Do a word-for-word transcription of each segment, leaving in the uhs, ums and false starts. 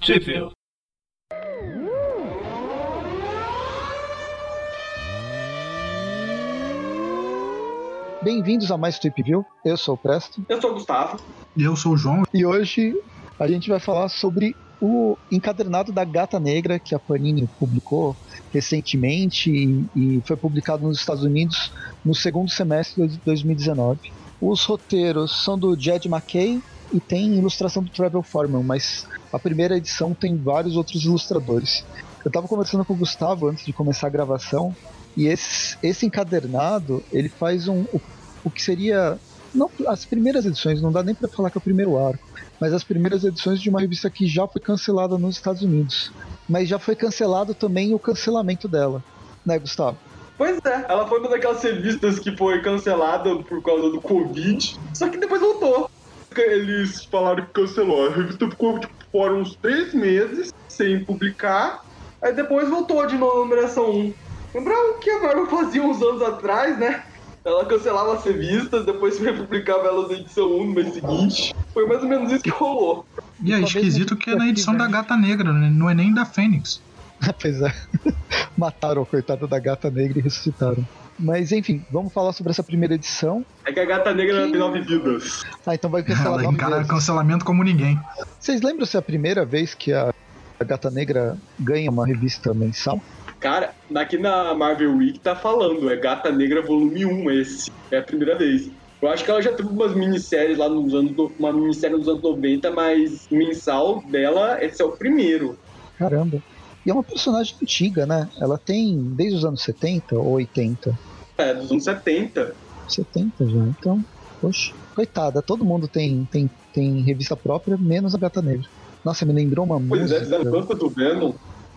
Trip. Bem-vindos a mais Trip View. Eu sou o Presto. Eu sou o Gustavo. E eu sou o João. E hoje a gente vai falar sobre o encadernado da Gata Negra que a Panini publicou recentemente e, e foi publicado nos Estados Unidos no segundo semestre de dois mil e dezenove. Os roteiros são do Jed MacKay e tem ilustração do Travel Foreman, mas a primeira edição tem vários outros ilustradores. Eu estava conversando com o Gustavo antes de começar a gravação e esse, esse encadernado ele faz um, o, o que seria não, as primeiras edições, não dá nem para falar que é o primeiro arco, mas as primeiras edições de uma revista que já foi cancelada nos Estados Unidos, mas já foi cancelado também o cancelamento dela, né, Gustavo? Pois é, ela foi uma daquelas revistas que foi cancelada por causa do Covid, só que depois voltou. Eles falaram que cancelou, a revista ficou tipo, fora uns três meses sem publicar, aí depois voltou de novo na numeração um. Lembra o que a Marvel fazia uns anos atrás, né? Ela cancelava as revistas, depois republicava elas na edição um no mês seguinte. Foi mais ou menos isso que rolou. E é esquisito que é na edição da Gata Negra, né? Não é nem da Fênix. Pois é. Mataram a coitada da Gata Negra e ressuscitaram. Mas enfim, vamos falar sobre essa primeira edição. É que a Gata Negra que... tem nove vidas. Ah, então vai cancelar Ela nove encara vezes. Cancelamento como ninguém. Vocês lembram se é a primeira vez que a, a Gata Negra ganha uma revista mensal? Cara, aqui na Marvel Week tá falando, é Gata Negra volume um esse. É a primeira vez. Eu acho que ela já teve umas minisséries lá nos anos... Uma minissérie nos anos noventa, mas mensal dela, esse é o primeiro. Caramba. E é uma personagem antiga, né? Ela tem desde os anos setenta ou oitenta? É, dos anos setenta. setenta já, então, poxa, coitada, todo mundo tem, tem, tem revista própria, menos a Gata Negra. Nossa, me lembrou uma pois música... Pois é, fizeram tanto do Venom.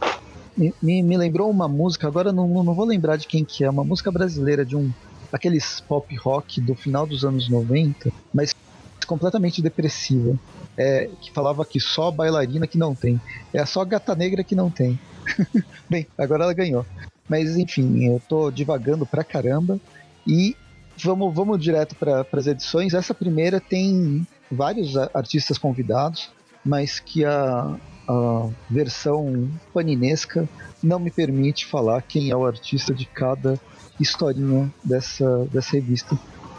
Me, me, me lembrou uma música, agora não, não vou lembrar de quem que é, uma música brasileira de um... aqueles pop rock do final dos anos noventa, mas completamente depressiva. É, que falava que só a bailarina que não tem. É só a Gata Negra que não tem. Bem, agora ela ganhou. Mas enfim, eu tô divagando pra caramba. E vamos, vamos direto para as edições. Essa primeira tem vários artistas convidados, mas que a, a versão paninesca não me permite falar quem é o artista de cada historinha dessa, dessa revista.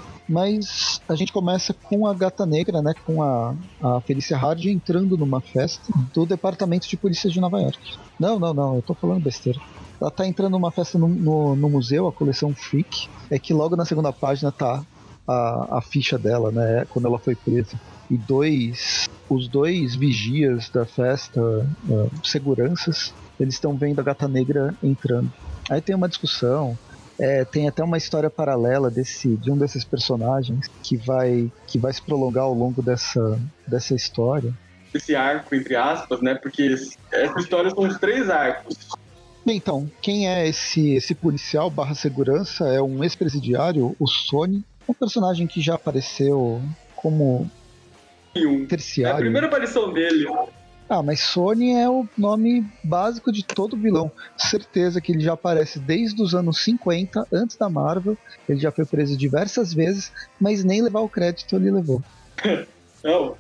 Mas a gente começa com a Gata Negra, né, com a, a Felicia Hardy entrando numa festa do Departamento de Polícia de Nova York. Não, não, não, eu tô falando besteira. Ela tá entrando numa festa no, no, no museu, a coleção Freak. É que logo na segunda página tá a, a ficha dela, né, quando ela foi presa. E dois, os dois vigias da festa, uh, seguranças, eles estão vendo a Gata Negra entrando. Aí tem uma discussão. É, tem até uma história paralela desse, de um desses personagens que vai, que vai se prolongar ao longo dessa, dessa história. Esse arco, entre aspas, né? Porque essa história são os três arcos. Bem, então, quem é esse, esse policial barra segurança? É um ex-presidiário, o Sony. Um personagem que já apareceu como um. terciário. É a primeira aparição dele. Ah, mas Sony é o nome básico de todo vilão. Certeza que ele já aparece desde os anos cinquenta, antes da Marvel. Ele já foi preso diversas vezes, mas nem levar o crédito ele levou. Não,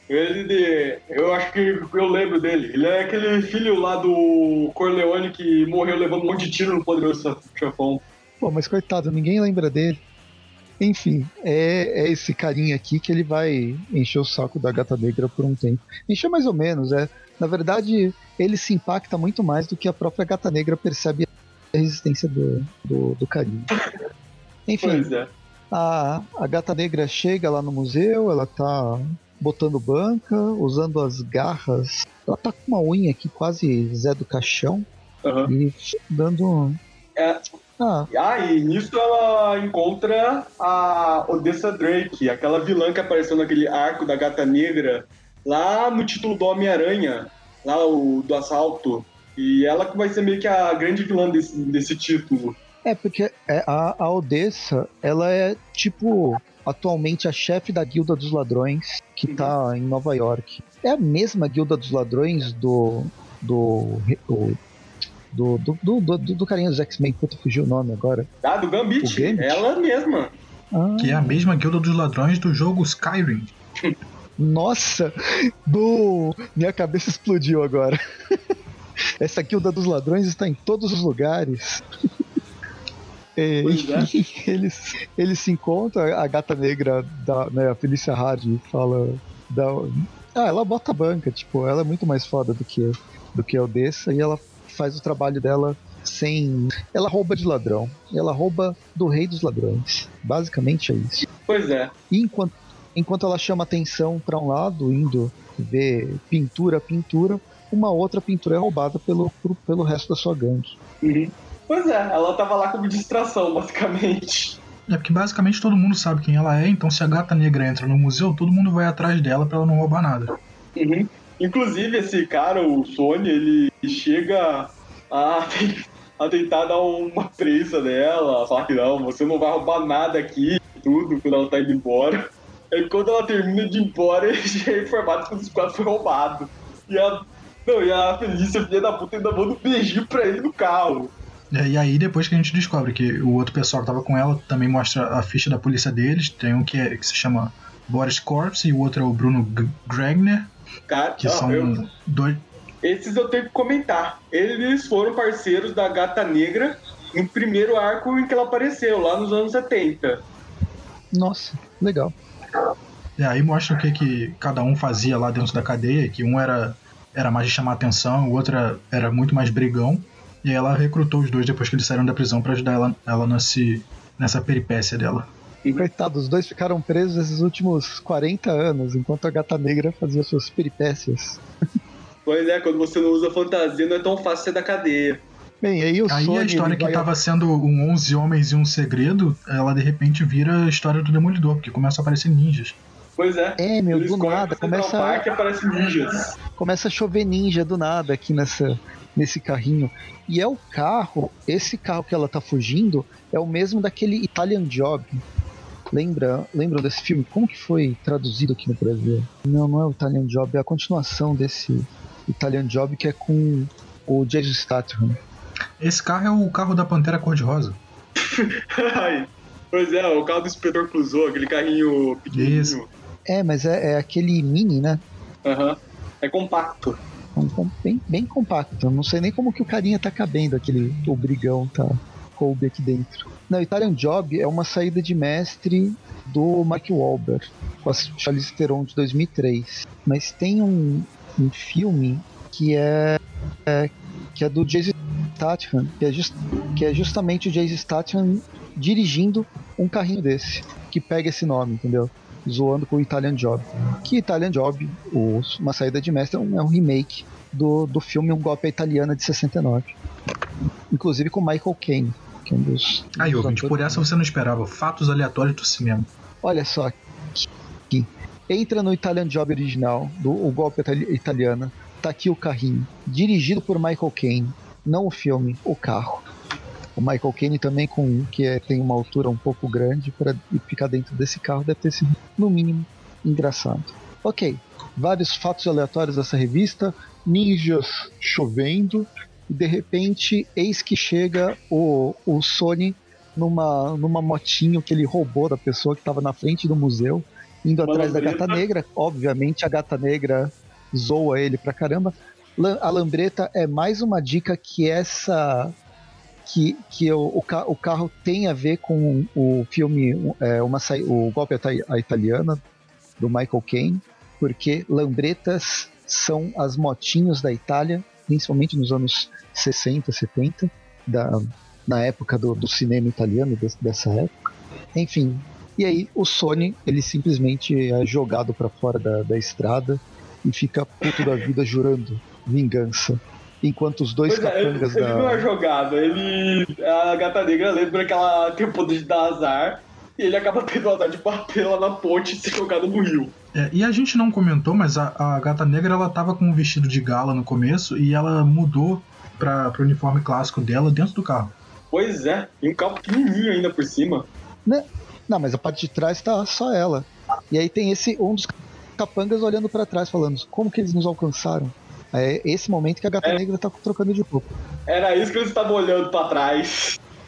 ele, eu acho que eu lembro dele. Ele é aquele filho lá do Corleone que morreu levando um monte de tiro no Poderoso Chefão. Pô, mas coitado, ninguém lembra dele. Enfim, é, é esse carinha aqui que ele vai encher o saco da Gata Negra por um tempo. Encher mais ou menos, é. Na verdade, ele se impacta muito mais do que a própria Gata Negra percebe a resistência do, do, do carinha. Enfim, é. a, a Gata Negra chega lá no museu, ela tá botando banca, usando as garras. Ela tá com uma unha aqui quase Zé do Caixão. Uhum. E dando... É... Ah. ah, e nisso ela encontra a Odessa Drake, aquela vilã que apareceu naquele arco da Gata Negra, lá no título do Homem-Aranha, lá o, do assalto. E ela que vai ser meio que a grande vilã desse, desse título. É, porque a, a Odessa, ela é tipo, atualmente a chefe da Guilda dos Ladrões, que uhum. tá em Nova York. É a mesma Guilda dos Ladrões do... do, do Do, do, do, do, do carinha dos X-Men, puta, fugiu o nome agora. Ah, do Gambit, Gambit. Ela mesma. Ah. Que é a mesma guilda dos ladrões do jogo Skyrim. Nossa! Bum! Minha cabeça explodiu agora. Essa guilda dos ladrões está em todos os lugares. É, é. eles, eles se encontram, a gata negra, da, né, a Felicia Hardy, fala... Da, ah, ela bota a banca, tipo, ela é muito mais foda do que, do que a Odessa, e ela faz o trabalho dela sem... Ela rouba de ladrão. Ela rouba do rei dos ladrões. Basicamente é isso. Pois é. E enquanto, enquanto ela chama atenção para um lado, indo ver pintura, pintura, uma outra pintura é roubada pelo, pelo resto da sua gangue. Uhum. Pois é, ela tava lá como distração, basicamente. É porque basicamente todo mundo sabe quem ela é, então se a gata negra entra no museu, todo mundo vai atrás dela pra ela não roubar nada. Uhum. Inclusive, esse cara, o Sony, ele chega a, a tentar dar uma prensa nela, falar que não, você não vai roubar nada aqui, tudo, quando ela tá indo embora. E quando ela termina de ir embora, ele já é informado que o quadro foi roubado. E a, não, e a Felícia, filha da puta, ainda manda um beijinho pra ele no carro. É, e aí depois que a gente descobre que o outro pessoal que tava com ela também mostra a ficha da polícia deles, tem um que, é, que se chama Boris Korps e o outro é o Bruno G- Gregner, Cara, que não, são eu, dois... esses eu tenho que comentar. Eles foram parceiros da Gata Negra no primeiro arco em que ela apareceu, lá nos anos setenta. Nossa, legal. E aí mostra o que, que cada um fazia lá dentro da cadeia, que um era, era mais de chamar atenção, o outro era, era muito mais brigão. E aí ela recrutou os dois depois que eles saíram da prisão pra ajudar ela, ela nesse, nessa peripécia dela. Coitado, os dois ficaram presos esses últimos quarenta anos, enquanto a Gata Negra fazia suas peripécias. Pois é, quando você não usa fantasia, não é tão fácil ser da cadeia. Bem, aí o Aí Sony, a história que vai... tava sendo um onze homens e um segredo, ela de repente vira a história do Demolidor, porque começam a aparecer ninjas. Pois é. É, meu, Eles do nada, começa... Park e aparecem ninjas. Começa a chover ninja do nada aqui nessa, nesse carrinho. E é o carro, esse carro que ela tá fugindo, é o mesmo daquele Italian Job. Lembra, lembram desse filme? Como que foi traduzido aqui no Brasil? Não, não é o Italian Job, é a continuação desse Italian Job que é com o Jason Statham. Esse carro é o carro da Pantera Cor-de-Rosa. Pois é, o carro do Inspetor Clouseau, aquele carrinho pequenininho. Isso. É, mas é, é aquele mini, né? Aham. Uhum. É compacto. Um, bem, bem compacto. Eu não sei nem como que o carinha tá cabendo, aquele o brigão tá coube aqui dentro. Não, Italian Job é uma saída de mestre do Mark Wahlberg, com a Charlize Theron de dois mil e três. Mas tem um, um filme que é, é que é do Jason Statham, que é, just, que é justamente o Jason Statham dirigindo um carrinho desse, que pega esse nome, entendeu? Zoando com o Italian Job. Que Italian Job, o, uma saída de mestre, é um, é um remake do, do filme Um Golpe à Italiana de sessenta e nove. Inclusive com Michael Caine, que é um dos... Aí, dos ouvinte, por essa você não esperava. Fatos aleatórios do cinema. Olha só, aqui. Entra no Italian Job original, do O Golpe à Italiana, tá aqui o carrinho, dirigido por Michael Caine, não o filme, o carro. O Michael Caine também, com, que é, tem uma altura um pouco grande, para ficar dentro desse carro deve ter sido, no mínimo, engraçado. Ok, vários fatos aleatórios dessa revista, ninjas chovendo, e de repente, eis que chega o, o Sony numa, numa motinho que ele roubou da pessoa que estava na frente do museu, indo Uma atrás lambreta. da Gata Negra. Obviamente a Gata Negra zoa ele pra caramba. A lambreta é mais uma dica que essa... que, que o, o, o carro tem a ver com o filme é, uma, o Golpe à Italiana, do Michael Caine, porque lambretas são as motinhos da Itália, principalmente nos anos sessenta, setenta, da, na época do, do cinema italiano, desse, dessa época. Enfim, e aí o Sony, ele simplesmente é jogado para fora da, da estrada e fica puto da vida jurando vingança. Enquanto os dois Pois é, ele, capangas ele da... não é jogado, ele... A Gata Negra lembra que ela tem o poder de dar azar e ele acaba tendo o azar de bater lá na ponte e ser jogado no rio. É, e a gente não comentou, mas a, a Gata Negra ela tava com um vestido de gala no começo e ela mudou para o uniforme clássico dela dentro do carro. Pois é, e um carro pequenininho ainda por cima. Né? Não, mas a parte de trás tá só ela. E aí tem esse um dos capangas olhando para trás falando, como que eles nos alcançaram? É esse momento que a Gata é. Negra tá trocando de roupa. Era isso que eles estavam olhando pra trás.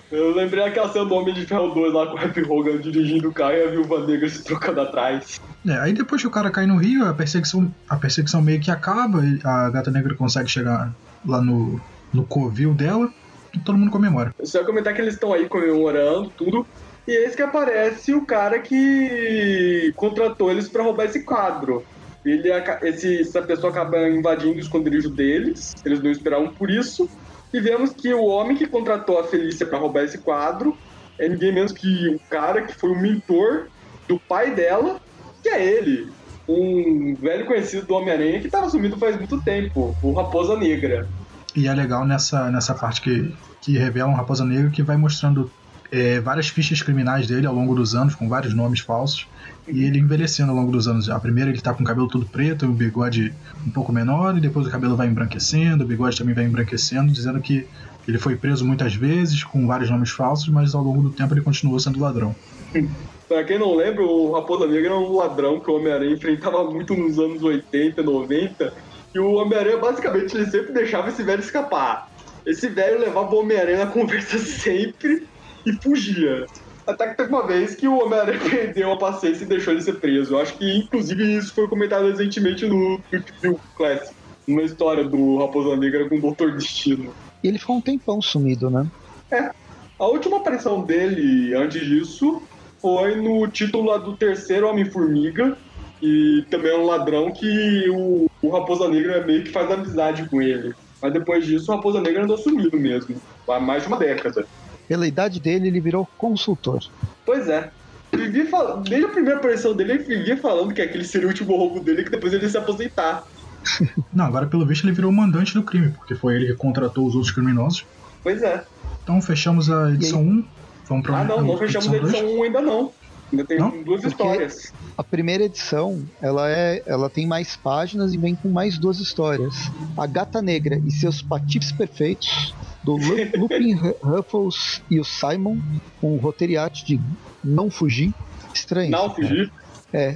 Eu lembrei aquela cena do Homem de Ferro dois lá com o Happy Hogan dirigindo o carro e a Viúva Negra se trocando atrás. É, aí depois que o cara cai no rio, a perseguição, a perseguição meio que acaba, e a Gata Negra consegue chegar lá no, no covil dela e todo mundo comemora. Eu só ia comentar que eles estão aí comemorando tudo. E é esse que aparece o cara que contratou eles pra roubar esse quadro. Ele, esse, essa pessoa acaba invadindo o esconderijo deles, eles não esperavam por isso. E vemos que o homem que contratou a Felícia pra roubar esse quadro é ninguém menos que o cara que foi o mentor do pai dela, que é ele, um velho conhecido do Homem-Aranha que estava sumido faz muito tempo, o Raposa Negra. E é legal nessa, nessa parte que, que revela um Raposa Negra que vai mostrando é, várias fichas criminais dele ao longo dos anos, com vários nomes falsos, e ele envelhecendo ao longo dos anos. A primeira ele tá com o cabelo todo preto e o bigode um pouco menor, e depois o cabelo vai embranquecendo, o bigode também vai embranquecendo, dizendo que ele foi preso muitas vezes, com vários nomes falsos, mas ao longo do tempo ele continuou sendo ladrão. Pra quem não lembra, o Raposa Negra era um ladrão que o Homem-Aranha enfrentava muito nos anos oitenta, noventa, e o Homem-Aranha basicamente ele sempre deixava esse velho escapar. Esse velho levava o Homem-Aranha na conversa sempre e fugia. Até que teve uma vez que o Homem-Aranha perdeu a paciência e deixou ele ser preso. Eu acho que, inclusive, isso foi comentado recentemente no Trip View Classic, numa história do Raposa Negra com o doutor Destino. E ele ficou um tempão sumido, né? É. A última aparição dele, antes disso, foi no título lá do terceiro Homem-Formiga, e também é um ladrão que o, o Raposa Negra meio que faz amizade com ele. Mas depois disso, o Raposa Negra andou sumido mesmo, há mais de uma década. Pela idade dele, ele virou consultor. Pois é. Vivia fal... Desde a primeira aparição dele, ele vivia falando que aquele seria o último roubo dele, que depois ele ia se aposentar. Não, agora pelo visto ele virou o mandante do crime, porque foi ele que contratou os outros criminosos. Pois é. Então fechamos a edição um. Vamos pra ah, não, não fechamos a edição um ainda não. Ainda tem não? duas Porque histórias. A primeira edição, ela, é, ela tem mais páginas e vem com mais duas histórias. A Gata Negra e seus patifes perfeitos, do Lu- Lupin Ruffles e o Simon, com o roteiro e arte de Não Fugir. Estranho. Não isso, fugir. É.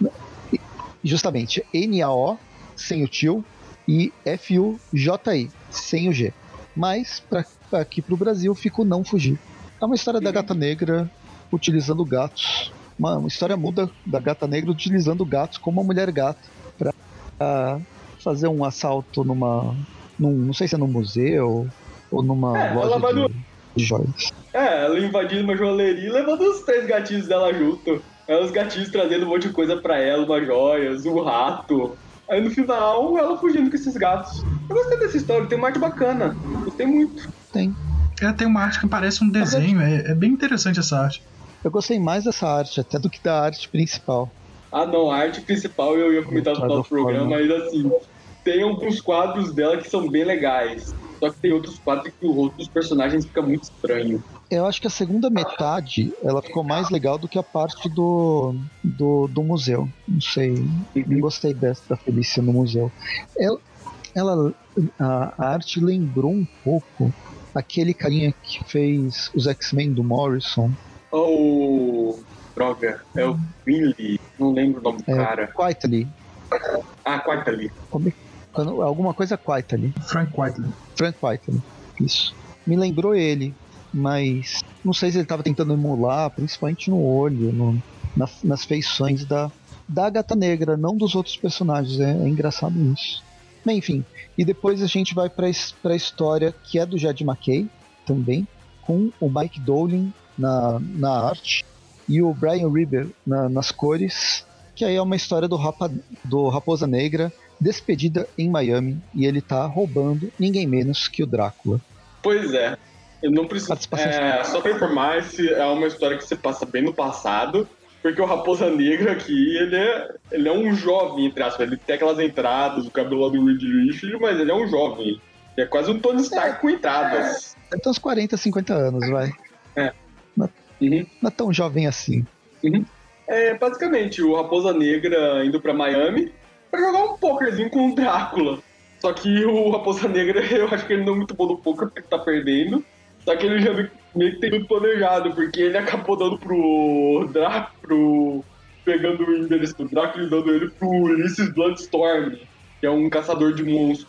Justamente, N A O, sem o tio, e F U J I, sem o G. Mas, pra, pra aqui pro Brasil, fica o Não Fugir. É uma história da Gata Negra utilizando gatos. Uma, uma história muda da Gata Negra utilizando gatos como uma mulher gato pra, pra fazer um assalto numa... Num, não sei se é num museu ou numa É, ela loja vai de, no- de joias. É, ela invadindo uma joalheria e levando os três gatinhos dela junto. Aí os gatinhos trazendo um monte de coisa pra ela, umas joias, um rato. Aí no final, ela fugindo com esses gatos. Eu gostei dessa história, tem uma arte bacana. Gostei muito. Tem. É, tem uma arte que parece um desenho, é, é bem interessante essa arte. Eu gostei mais dessa arte até do que da arte principal. Ah não, a arte principal eu ia comentar no Claro, nosso programa, forma. mas assim, tem alguns quadros dela que são bem legais. Só que tem outros quadros que o rosto dos personagens fica muito estranho. Eu acho que a segunda metade ela ficou mais legal do que a parte do, do, do museu. Não sei, não gostei dessa da Felícia no museu. Ela, ela a, a arte lembrou um pouco aquele carinha que fez os X-Men do Morrison. Oh, droga, é o Billy, não lembro o nome do É, cara. Quitely. Ah, quarta ali. Como- quando- Alguma coisa Quitely. Frank Whiteley. Frank Whiteley. Isso. Me lembrou ele, mas não sei se ele estava tentando emular, principalmente no olho, no- na- nas feições da, da Gata Negra, não dos outros personagens. É, é engraçado isso. Mas, enfim, e depois a gente vai para a história que é do Jed McKay também, com o Mike Dowling na, na arte e o Brian Reber na- nas cores, que aí é uma história do, Rapa, do Raposa Negra despedida em Miami, e ele tá roubando ninguém menos que o Drácula. Pois é, eu não preciso. Participação É, só pra informar, esse é uma história que se passa bem no passado, porque o Raposa Negra aqui, ele é, ele é um jovem, entre aspas. Ele tem aquelas entradas, o cabelo lá do Reed Richards, mas ele é um jovem. Ele é quase um Tony Stark com entradas. Deve ter uns quarenta, cinquenta anos, vai. Uhum. Não é tão jovem assim. É basicamente o Raposa Negra indo pra Miami pra jogar um pokerzinho com o Drácula. Só que o Raposa Negra, eu acho que ele não é muito bom no poker porque tá perdendo. Só que ele já meio que tem tudo planejado, porque ele acabou dando pro Drácula, pro... pegando o endereço do Drácula e dando ele pro Ulysses Bloodstorm, que é um caçador de monstros.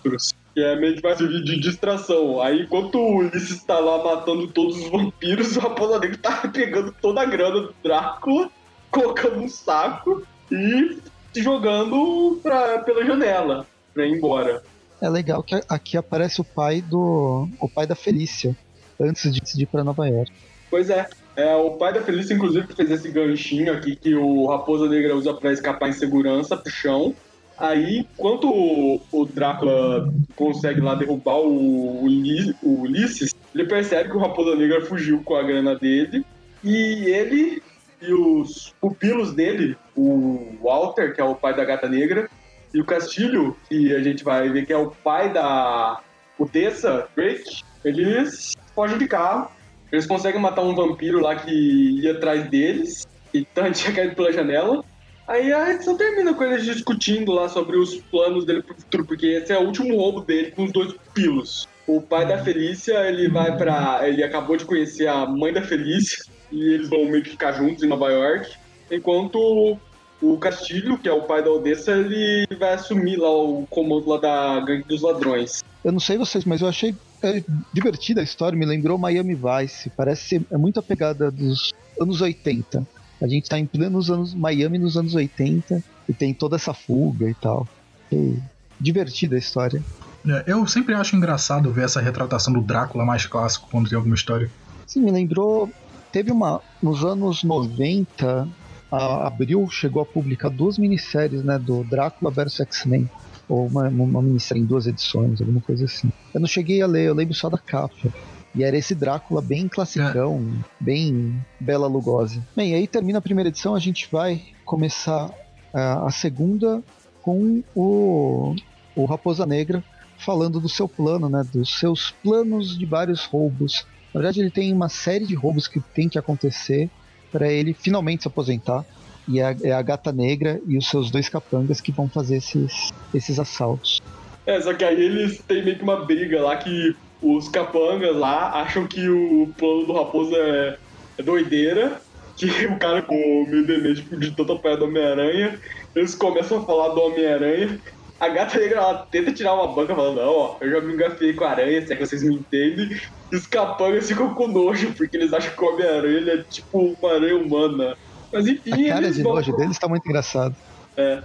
que é meio que vai servir de distração. Aí, enquanto o Ulisses tá lá matando todos os vampiros, o Raposa Negra tá pegando toda a grana do Drácula, colocando num saco e se jogando pra, pela janela pra ir embora. É legal que aqui aparece o pai do. o pai da Felícia, antes de, de ir pra Nova York. Pois é. É, o pai da Felícia, inclusive, fez esse ganchinho aqui que o Raposa Negra usa pra escapar em segurança pro chão. Aí, enquanto o, o Drácula consegue lá derrubar o, Uli, o Ulisses, ele percebe que o Raposa Negra fugiu com a grana dele. E ele e os pupilos dele, o Walter, que é o pai da Gata Negra, e o Castilho, que a gente vai ver que é o pai da Odessa Drake, eles fogem de carro. Eles conseguem matar um vampiro lá que ia atrás deles, e tinha caído pela janela. Aí a edição termina com eles discutindo lá sobre os planos dele pro futuro, porque esse é o último roubo dele com os dois pupilos. O pai da Felícia, ele vai pra... ele acabou de conhecer a mãe da Felícia, e eles vão meio que ficar juntos em Nova York, enquanto o Castilho, que é o pai da Odessa, ele vai assumir lá o comando lá da gangue dos ladrões. Eu não sei vocês, mas eu achei é, divertida a história, me lembrou Miami Vice, parece ser é muito a pegada dos anos oitenta. A gente tá em plenos anos Miami nos anos oitenta e tem toda essa fuga e tal. E divertida a história. É, eu sempre acho engraçado ver essa retratação do Drácula mais clássico quando tem alguma história. Sim, me lembrou... Teve uma... Nos anos noventa, a Abril chegou a publicar duas minisséries, né? Do Drácula versus X-Men. Ou uma, uma minissérie em duas edições, alguma coisa assim. Eu não cheguei a ler, eu lembro só da capa. E era esse Drácula bem classicão, é. bem Bela Lugosi. Bem, aí termina a primeira edição, a gente vai começar a, a segunda com o, o Raposa Negra falando do seu plano, né? Dos seus planos de vários roubos. Na verdade, ele tem uma série de roubos que tem que acontecer para ele finalmente se aposentar. E é a, é a Gata Negra e os seus dois capangas que vão fazer esses, esses assaltos. É, só que aí eles têm meio que uma briga lá que os capangas lá acham que o plano do Raposa é, é doideira, que o cara com o meio demente de tanto apanhar do Homem-Aranha, eles começam a falar do Homem-Aranha. A Gata Negra ela tenta tirar uma banca falando, não, ó, eu já me engafei com a aranha, se é que vocês me entendem. E os capangas ficam com nojo, porque eles acham que o Homem-Aranha ele é tipo uma aranha humana. Mas enfim, a cara eles de vão... nojo deles tá muito engraçado. É.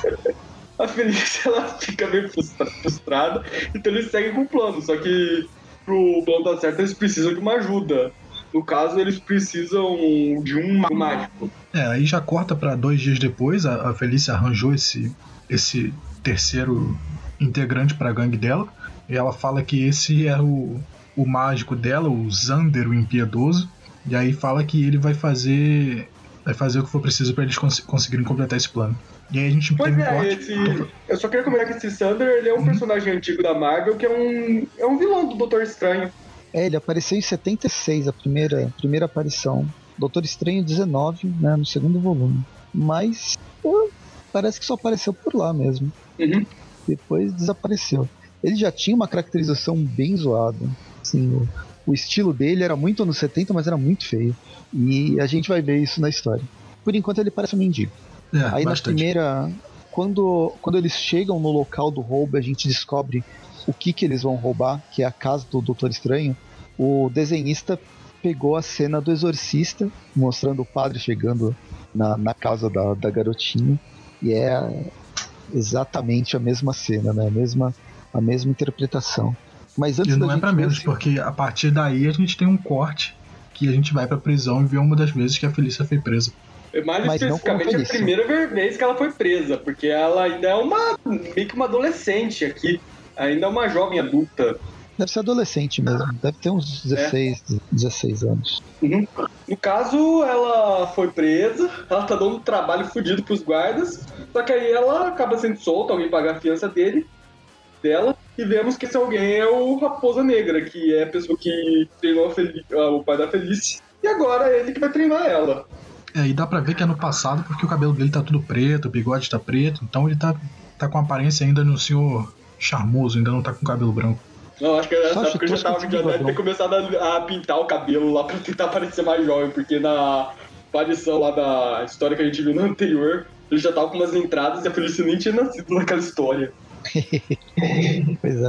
A Felícia ela fica meio frustrada, então eles seguem com o plano, só que pro plano dar certo eles precisam de uma ajuda. No caso, eles precisam de um mágico. É, aí já corta pra dois dias depois, a, a Felícia arranjou esse, esse terceiro integrante pra gangue dela, e ela fala que esse é o, o mágico dela, o Xander, o Impiedoso, e aí fala que ele vai fazer... vai fazer o que for preciso pra eles cons- conseguirem completar esse plano. E aí a gente pois tem um é, corte. esse... eu só queria comentar que esse Xander, ele é um uhum. personagem antigo da Marvel, que é um, é um vilão do Doutor Estranho. É, ele apareceu em setenta e seis, a primeira, primeira aparição. Doutor Estranho dezenove, né, no segundo volume. Mas pô, parece que só apareceu por lá mesmo. Uhum. Depois desapareceu. Ele já tinha uma caracterização bem zoada. Assim, o, o estilo dele era muito anos setenta, mas era muito feio. E a gente vai ver isso na história. Por enquanto ele parece um mendigo. É, Aí bastante. na primeira... Quando, quando eles chegam no local do roubo, a gente descobre o que, que eles vão roubar, que é a casa do Doutor Estranho. O desenhista pegou a cena do Exorcista, mostrando o padre chegando na, na casa da, da garotinha. E é exatamente a mesma cena, né? a, mesma, a mesma interpretação. Mas antes e não da é pra menos, ver... porque a partir daí a gente tem um corte que a gente vai pra prisão e vê uma das vezes que a Felícia foi presa. Mais Mas especificamente a primeira vez que ela foi presa, porque ela ainda é uma meio que uma adolescente aqui, ainda é uma jovem adulta. Deve ser adolescente mesmo, deve ter uns dezesseis, é. dezesseis anos. Uhum. No caso, ela foi presa, ela tá dando um trabalho fodido pros guardas, só que aí ela acaba sendo solta, alguém paga a fiança dele, dela, e vemos que esse alguém é o Raposa Negra, que é a pessoa que treinou a Fel- o pai da Felícia, e agora é ele que vai treinar ela. É, e dá pra ver que é no passado, porque o cabelo dele tá tudo preto, o bigode tá preto, então ele tá, tá com aparência ainda de um senhor charmoso, ainda não tá com cabelo branco. Não, acho que nessa Só época já, tava, já deve ter começado a, a pintar o cabelo lá pra tentar parecer mais jovem, porque na aparição lá da história que a gente viu no anterior, ele já tava com umas entradas e a Felícia nem tinha nascido naquela história. Pois é.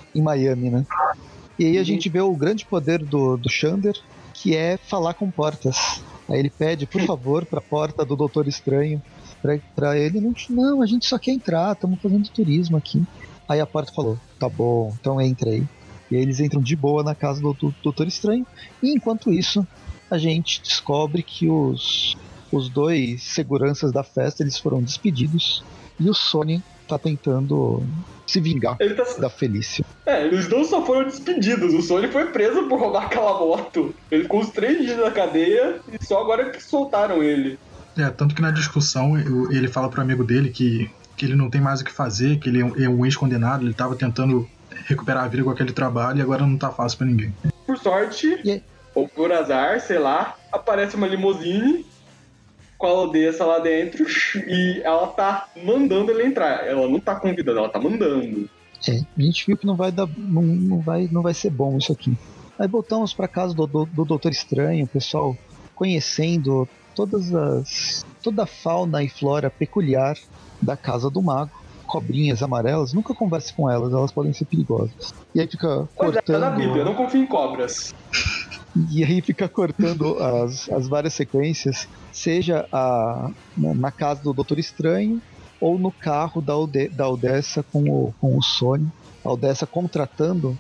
em Miami, né? E aí a gente vê o grande poder do, do Xander, que é falar com portas. Aí ele pede, por favor, pra porta do Doutor Estranho, pra, pra ele, não, não, a gente só quer entrar, estamos fazendo turismo aqui. Aí a porta falou, tá bom, então entra aí. E aí eles entram de boa na casa do, do Doutor Estranho, e enquanto isso, a gente descobre que os, os dois seguranças da festa, eles foram despedidos, e o Sony tá tentando se vingar Ele tá... da Felícia. É, eles não só foram despedidos, o Sony foi preso por roubar aquela moto. Ele ficou uns três dias na cadeia e só agora que soltaram ele. É, tanto que na discussão ele fala pro amigo dele que, que ele não tem mais o que fazer, que ele é um ex-condenado, ele tava tentando recuperar a vida com aquele trabalho e agora não tá fácil pra ninguém. Por sorte, yeah. ou por azar, sei lá, aparece uma limusine com a Odessa lá dentro e ela tá mandando ele entrar. Ela não tá convidando, ela tá mandando. É, a gente viu que não vai dar, não, não, vai, não vai ser bom isso aqui. Aí voltamos pra casa do, do, do Doutor Estranho, o pessoal conhecendo todas as, toda a fauna e flora peculiar da casa do mago. Cobrinhas amarelas, nunca converse com elas, elas podem ser perigosas. E aí fica Mas cortando... é na Bíblia, eu não confio em cobras. E aí fica cortando as, as várias sequências, seja a, na, na casa do Doutor Estranho, ou no carro da, Ode, da Odessa com o, com o Sony. A Odessa contratando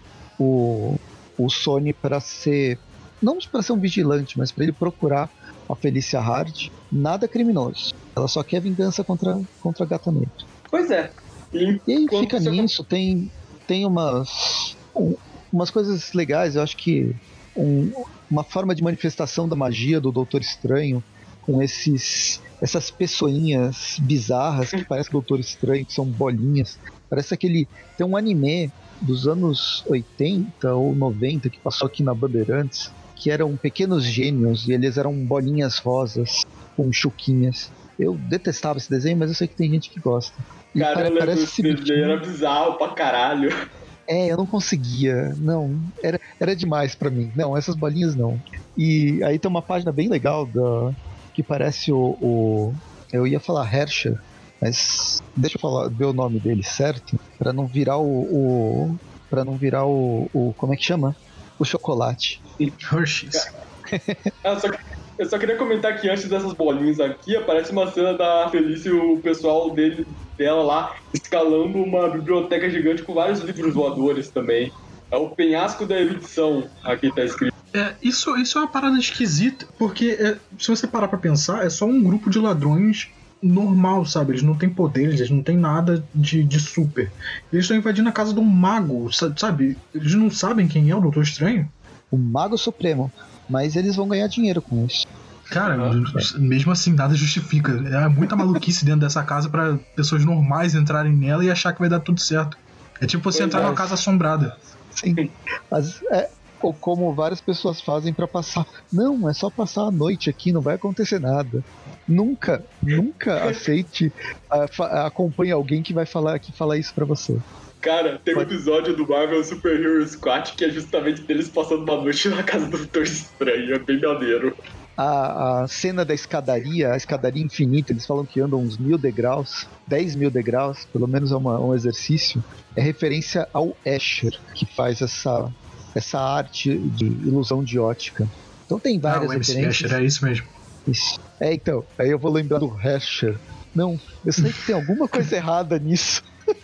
o, o Sony para ser, não para ser um vigilante, mas para ele procurar a Felícia Hard. Nada criminoso, ela só quer vingança contra, contra a Gata Negra. Pois é. E, e aí fica nisso, tem, tem umas, um, umas coisas legais, eu acho que um, uma forma de manifestação da magia do Doutor Estranho, com esses, essas pessoinhas bizarras que parecem Doutor Estranho, que são bolinhas. Parece aquele... Tem um anime dos anos oitenta ou noventa que passou aqui na Bandeirantes, que eram pequenos gênios e eles eram bolinhas rosas com chuquinhas. Eu detestava esse desenho, mas eu sei que tem gente que gosta. E cara, para, eu lembro parece esse desenho, era bizarro pra caralho. É, eu não conseguia, não, era, era demais pra mim, não, essas bolinhas não. E aí tem uma página bem legal da, que parece o, o eu ia falar Hershey, mas deixa eu falar, ver o nome dele certo, pra não virar o, o pra não virar o, o, como é que chama? O chocolate. Hershey's. eu, só, eu só queria comentar que antes dessas bolinhas aqui, aparece uma cena da Felícia e o pessoal dele, dela lá, escalando uma biblioteca gigante com vários livros voadores também. É o penhasco da erudição, aqui tá escrito. É, isso, isso é uma parada esquisita, porque é, se você parar pra pensar, é só um grupo de ladrões normal, sabe? Eles não têm poderes, eles não têm nada de, de super. Eles estão invadindo a casa de um mago, sabe? Eles não sabem quem é o Doutor Estranho. O Mago Supremo, mas eles vão ganhar dinheiro com isso. Cara, ah, mesmo assim, nada justifica. É muita maluquice dentro dessa casa pra pessoas normais entrarem nela e achar que vai dar tudo certo. É tipo você pois entrar é. numa casa assombrada. Sim, mas é ou como várias pessoas fazem pra passar. Não, é só passar a noite aqui, não vai acontecer nada. Nunca, nunca aceite, a, acompanhe alguém que vai falar, que fala isso pra você. Cara, tem um episódio do Marvel Super Hero Squad que é justamente deles passando uma noite na casa do Doutor Estranho, é bem maneiro. A, a cena da escadaria, a escadaria infinita, eles falam que andam uns mil degraus, dez mil degraus, pelo menos é uma, um exercício, é referência ao Escher, que faz essa, essa arte de ilusão de ótica. Então tem várias ah, o referências. Escher, é isso mesmo. Isso. É, então, aí eu vou lembrar do Escher. Não, eu sei que tem alguma coisa errada nisso.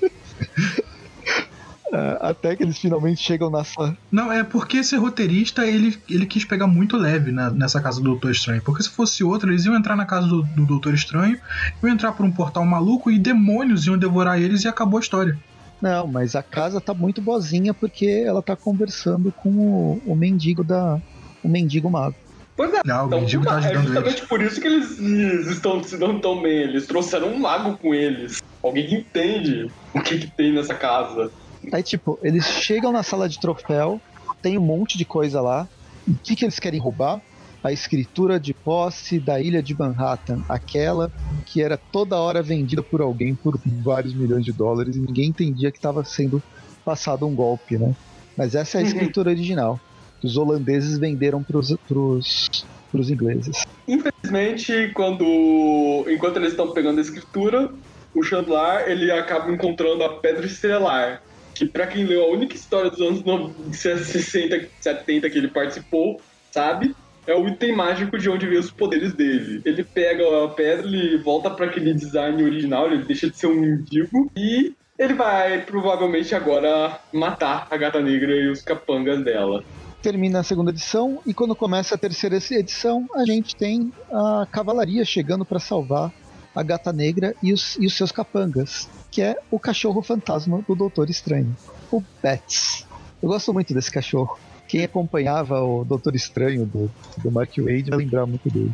Até que eles finalmente chegam nessa... Não, é porque esse roteirista, ele, ele quis pegar muito leve na, nessa casa do Doutor Estranho. Porque se fosse outro, eles iam entrar na casa do, do Doutor Estranho, iam entrar por um portal maluco e demônios iam devorar eles e acabou a história. Não, mas a casa tá muito boazinha porque ela tá conversando com o, o mendigo da... o mendigo mago. Pois é, não, então, o mendigo tá ajudando é justamente eles. Por isso que eles, eles estão se dando tão bem. Eles trouxeram um mago com eles. Alguém que entende o que, que tem nessa casa. Aí, tipo, eles chegam na sala de troféu, tem um monte de coisa lá. O que, que eles querem roubar? A escritura de posse da ilha de Manhattan, aquela que era toda hora vendida por alguém por vários milhões de dólares e ninguém entendia que estava sendo passado um golpe, né? Mas essa é a escritura uhum. original, que os holandeses venderam pros, pros, pros ingleses. Infelizmente, quando enquanto eles estão pegando a escritura, o Chandlar, ele acaba encontrando a Pedra Estrelar, que pra quem leu a única história dos anos sessenta, setenta que ele participou, sabe? É o item mágico de onde vem os poderes dele. Ele pega a pedra, ele volta para aquele design original, ele deixa de ser um mendigo e ele vai provavelmente agora matar a Gata Negra e os capangas dela. Termina a segunda edição e quando começa a terceira edição, a gente tem a cavalaria chegando para salvar a Gata Negra e os, e os seus capangas, que é o cachorro fantasma do Doutor Estranho, o Bats. Eu gosto muito desse cachorro. Quem acompanhava o Doutor Estranho do, do Mark Waid vai lembrar muito dele.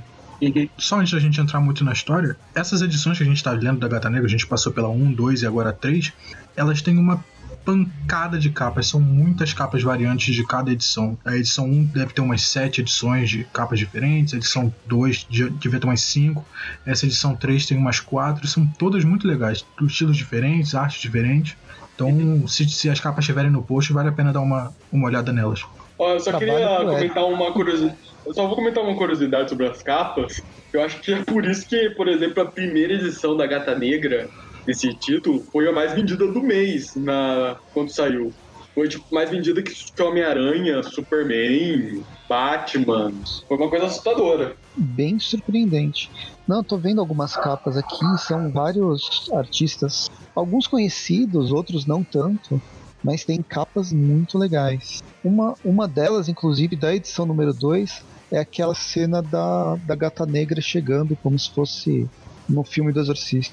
Só antes da gente entrar muito na história, essas edições que a gente tá lendo da Gata Negra, a gente passou pela um, dois e agora três, elas têm uma pancada de capas, são muitas capas variantes de cada edição. A edição um deve ter umas sete edições de capas diferentes, a edição dois deve ter umas cinco, essa edição três tem umas quatro, são todas muito legais, estilos diferentes, artes diferentes. Então, se, se as capas estiverem no post, vale a pena dar uma, uma olhada nelas. Ó, eu só queria comentar uma curiosidade. Eu só vou comentar uma curiosidade sobre as capas. Eu acho que é por isso que, por exemplo, a primeira edição da Gata Negra, desse título, foi a mais vendida do mês na, quando saiu. Foi tipo, mais vendida que Homem-Aranha, Superman, Batman. Foi uma coisa assustadora. Bem surpreendente. Não, tô vendo algumas capas aqui, são vários artistas, alguns conhecidos, outros não tanto, mas tem capas muito legais. Uma, uma delas, inclusive, da edição número dois, é aquela cena da, da Gata Negra chegando, como se fosse no filme do Exorcista.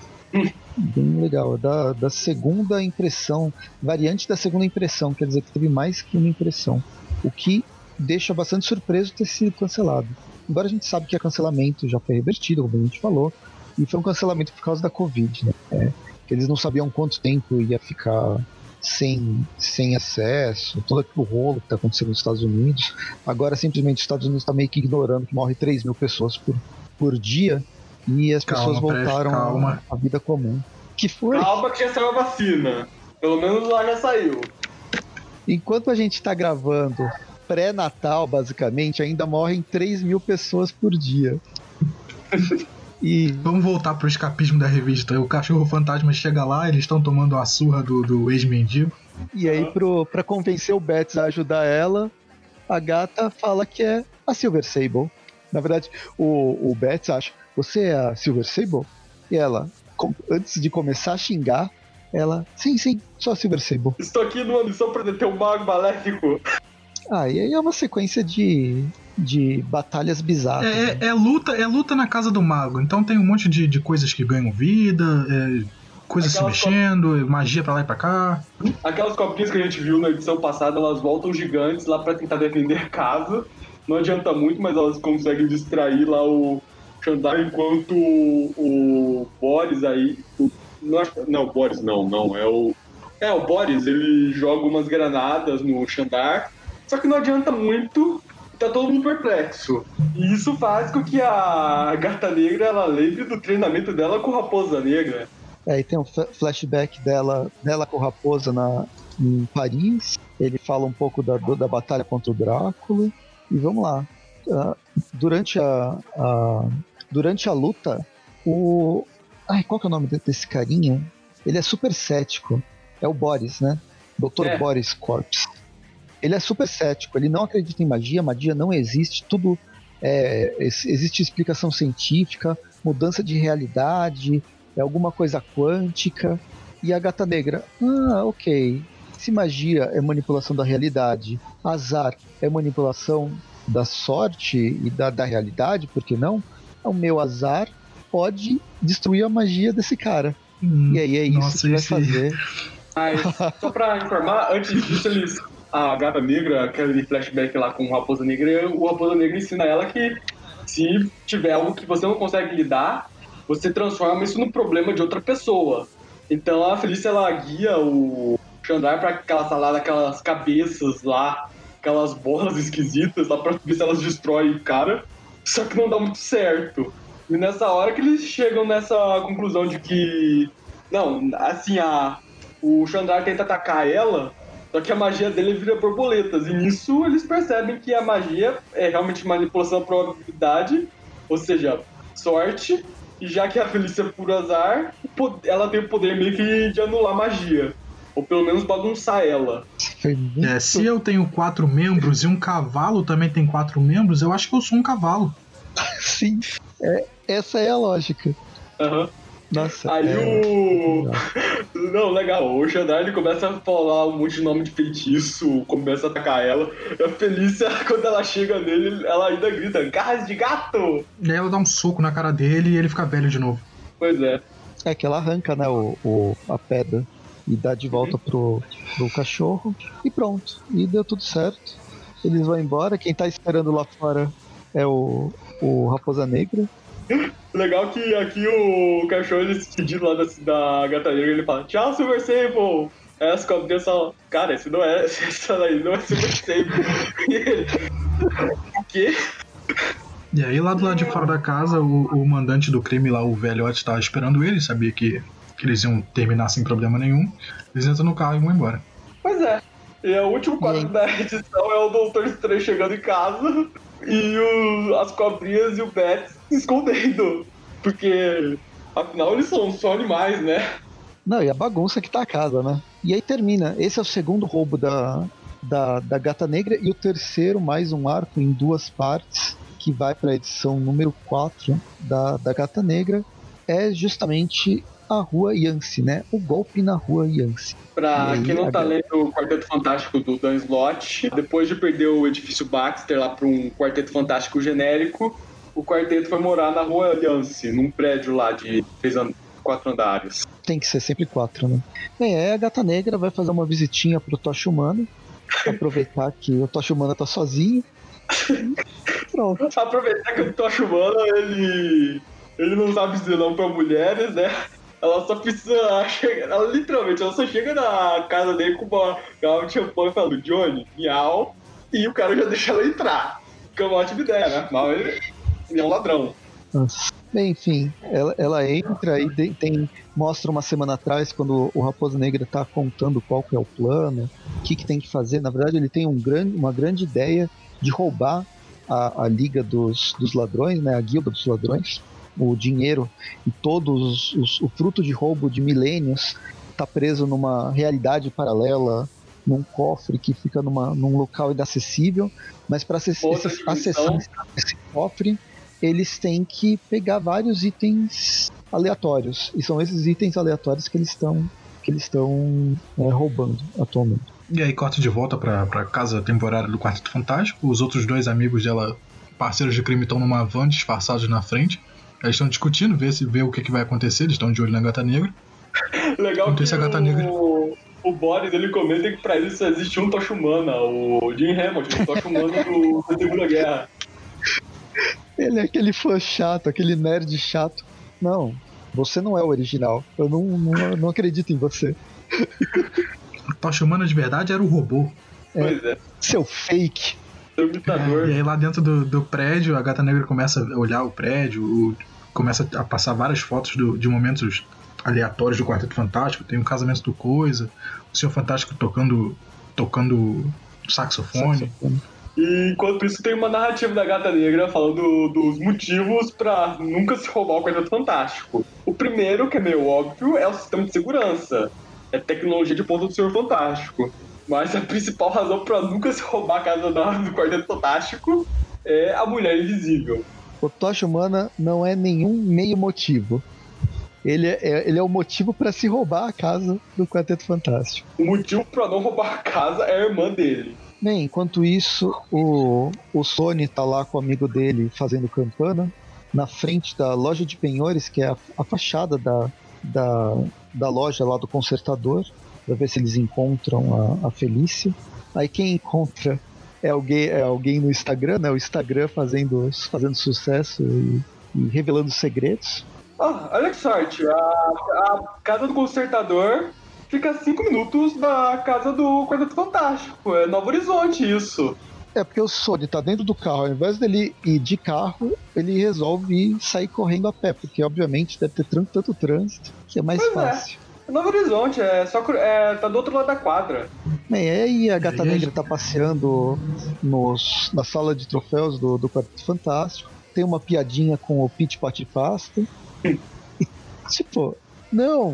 Bem legal, da, da segunda impressão, variante da segunda impressão, quer dizer que teve mais que uma impressão, o que deixa bastante surpreso ter sido cancelado. Embora a gente sabe que o cancelamento já foi revertido, como a gente falou, e foi um cancelamento por causa da Covid, né? É, que eles não sabiam quanto tempo ia ficar sem, sem acesso, todo aquele rolo que está acontecendo nos Estados Unidos. Agora simplesmente os Estados Unidos está meio que ignorando que morre três mil pessoas por, por dia e as calma, pessoas voltaram calma. à vida comum. Que foi? Calma que já saiu a vacina. Pelo menos lá já saiu. Enquanto a gente está gravando pré-natal, basicamente, ainda morrem três mil pessoas por dia. E vamos voltar pro escapismo da revista. O cachorro fantasma chega lá, eles estão tomando a surra do, do ex-mendigo. E aí, pro, pra convencer o Bats a ajudar ela, a gata fala que é a Silver Sable. Na verdade, o, o Bats acha, você é a Silver Sable? E ela, com, antes de começar a xingar, ela, sim, sim, sou a Silver Sable. Estou aqui numa missão pra deter um mago maléfico. Ah, e aí é uma sequência de, de batalhas bizarras. É, né? é, luta, é luta na casa do mago, então tem um monte de, de coisas que ganham vida, é, coisas Aquelas se mexendo, co... magia pra lá e pra cá. Aquelas copinhas que a gente viu na edição passada, elas voltam gigantes lá pra tentar defender a casa. Não adianta muito, mas elas conseguem distrair lá o Xandar, enquanto o, o Boris aí... O, não, não, o Boris não, não, é o... É, o Boris, ele joga umas granadas no Xandar, só que não adianta muito, tá todo mundo perplexo. E isso faz com que a Gata Negra, ela lembre do treinamento dela com Raposa Negra. É, e tem um flashback dela, dela com Raposa na, em Paris. Ele fala um pouco da, da batalha contra o Drácula. E vamos lá. Uh, durante, a, a, durante a luta, o... Ai, qual que é o nome desse carinha? Ele é super cético. É o Boris, né? doutor É. Boris Corps. Ele é super cético, ele não acredita em magia, magia não existe, tudo é, existe explicação científica, mudança de realidade, é alguma coisa quântica. E a Gata Negra, ah, ok, se magia é manipulação da realidade, azar é manipulação da sorte e da, da realidade, por que não? O meu azar pode destruir a magia desse cara. Hum, e aí é isso nossa, que vai esse... fazer. Mas, só pra informar, antes disso eles... A Gata Negra, aquele flashback lá com o Raposa Negra, o Raposa Negra ensina ela que se tiver algo que você não consegue lidar, você transforma isso num problema de outra pessoa. Então a Felícia, ela guia o Xandar pra aquela salada, aquelas cabeças lá, aquelas bolas esquisitas lá pra ver se elas destroem o cara, só que não dá muito certo. E nessa hora que eles chegam nessa conclusão de que, não, assim, a, o Xandar tenta atacar ela, só que a magia dele vira borboletas. E nisso eles percebem que a magia é realmente manipulação da probabilidade, ou seja, sorte. E já que a Felícia é por azar, ela tem o poder meio que de anular magia. Ou pelo menos bagunçar ela. Foi muito... É, se eu tenho quatro membros e um cavalo também tem quatro membros, eu acho que eu sou um cavalo. Sim, é, essa é a lógica. Aham. Uhum. Nossa, Aí é... o... Não, legal, o Xandar ele começa a falar um monte de nome de feitiço, começa a atacar ela. E a Felícia, quando ela chega nele, ela ainda grita, garras de gato! E aí ela dá um soco na cara dele e ele fica velho de novo. Pois é. É que ela arranca, né, o, o, a pedra e dá de volta uhum. pro, pro cachorro e pronto. E deu tudo certo. Eles vão embora, quem tá esperando lá fora é o, o Raposa Negra. Legal que aqui o cachorro, ele se despedindo lá da, da Gata Negra, ele fala, tchau, Silver Sable! Aí as cobrinhas falam, cara, esse não é, esse aí não é Silver Sable. E ele, o quê? E aí lá do lado de fora da casa, o, o mandante do crime lá, o velhote, tava esperando ele, sabia que, que eles iam terminar sem problema nenhum. Eles entram no carro e vão embora. Pois é. E o último quadro da edição é o Doutor Estranho chegando em casa e o, as cobrinhas e o Bats se escondendo. Porque, afinal, eles são só animais, né? Não, e a bagunça que tá a casa, né? E aí termina. Esse é o segundo roubo da, da, da Gata Negra e o terceiro, mais um arco em duas partes, que vai para a edição número quatro da, da Gata Negra, é justamente a Rua Yance, né? O golpe na Rua Yance. Pra aí, quem não tá a... lendo o Quarteto Fantástico do Dan Slott, depois de perder o edifício Baxter lá pra um Quarteto Fantástico genérico, o quarteto foi morar na Rua Yance, num prédio lá de três and... quatro andares. Tem que ser sempre quatro, né? Bem, aí a Gata Negra vai fazer uma visitinha pro Tocha Humana, aproveitar que o Tocha Humana tá sozinho. Pronto. Aproveitar que o Tocha Humana, ele, ele não sabe dizer não pra mulheres, né? Ela só precisa chegar, ela literalmente, ela só chega na casa dele com uma garrafa de champanhe falando, Johnny, miau, e o cara já deixa ela entrar. Que é uma ótima ideia, né? Afinal, ele, ele é um ladrão. Nossa. Bem, enfim, ela, ela entra e de, tem, mostra uma semana atrás, quando o Raposa Negra tá contando qual que é o plano, o que, que tem que fazer. Na verdade, ele tem um grande, uma grande ideia de roubar a, a Liga dos, dos Ladrões, né, a Guilda dos Ladrões. O dinheiro e todos os, os, o fruto de roubo de milênios está preso numa realidade paralela, num cofre que fica numa, num local inacessível, mas para acessar esse cofre eles têm que pegar vários itens aleatórios, e são esses itens aleatórios que eles estão que eles estão é, roubando atualmente. E aí corta de volta pra, pra casa temporária do Quarteto Fantástico. Os outros dois amigos dela, parceiros de crime, estão numa van disfarçados na frente. Eles estão discutindo, ver, se, ver o que, que vai acontecer. Eles estão de olho na Gata Negra. Legal que a Gata o, Negra. o Boris, ele comenta que pra ele só existe um Tocha Humana, o Jim Hamilton, o Tocha Humana do, da Segunda Guerra. Ele é aquele fã chato, aquele nerd chato. Não, você não é o original. Eu não, não, não acredito em você. O Tocha Humana de verdade era o robô. É, pois é. Seu fake. Seu imitador. É, e aí lá dentro do, do prédio, a Gata Negra começa a olhar o prédio, o, começa a passar várias fotos do, de momentos aleatórios do Quarteto Fantástico. Tem um casamento do Coisa, o Senhor Fantástico tocando, tocando saxofone. saxofone. E enquanto isso tem uma narrativa da Gata Negra falando dos motivos pra nunca se roubar o Quarteto Fantástico. O primeiro, que é meio óbvio, é o sistema de segurança. É tecnologia de ponta do Senhor Fantástico. Mas a principal razão pra nunca se roubar a casa do Quarteto Fantástico é a Mulher Invisível. O Tocha Humana não é nenhum meio motivo. Ele é, ele é o motivo pra se roubar a casa do Quarteto Fantástico. O motivo pra não roubar a casa é a irmã dele. Bem, enquanto isso, o, o Sony tá lá com o amigo dele fazendo campana na frente da loja de penhores, que é a, a fachada da, da, da loja lá do consertador, pra ver se eles encontram a, a Felícia. Aí quem encontra é alguém, é alguém no Instagram, né? O Instagram fazendo, fazendo sucesso e, e revelando segredos. Ah, olha que sorte, a, a casa do consertador fica a cinco minutos da casa do Quarteto Fantástico. É Novo Horizonte isso. É porque o Sony tá dentro do carro, ao invés dele ir de carro, ele resolve sair correndo a pé, porque obviamente deve ter tanto trânsito que é mais pois fácil. É. Novo Horizonte, é só é, tá do outro lado da quadra. Bem, aí a Gata Negra tá passeando nos, na sala de troféus do, do Quarteto Fantástico. Tem uma piadinha com o Pit Pat Pasta. E, tipo, não,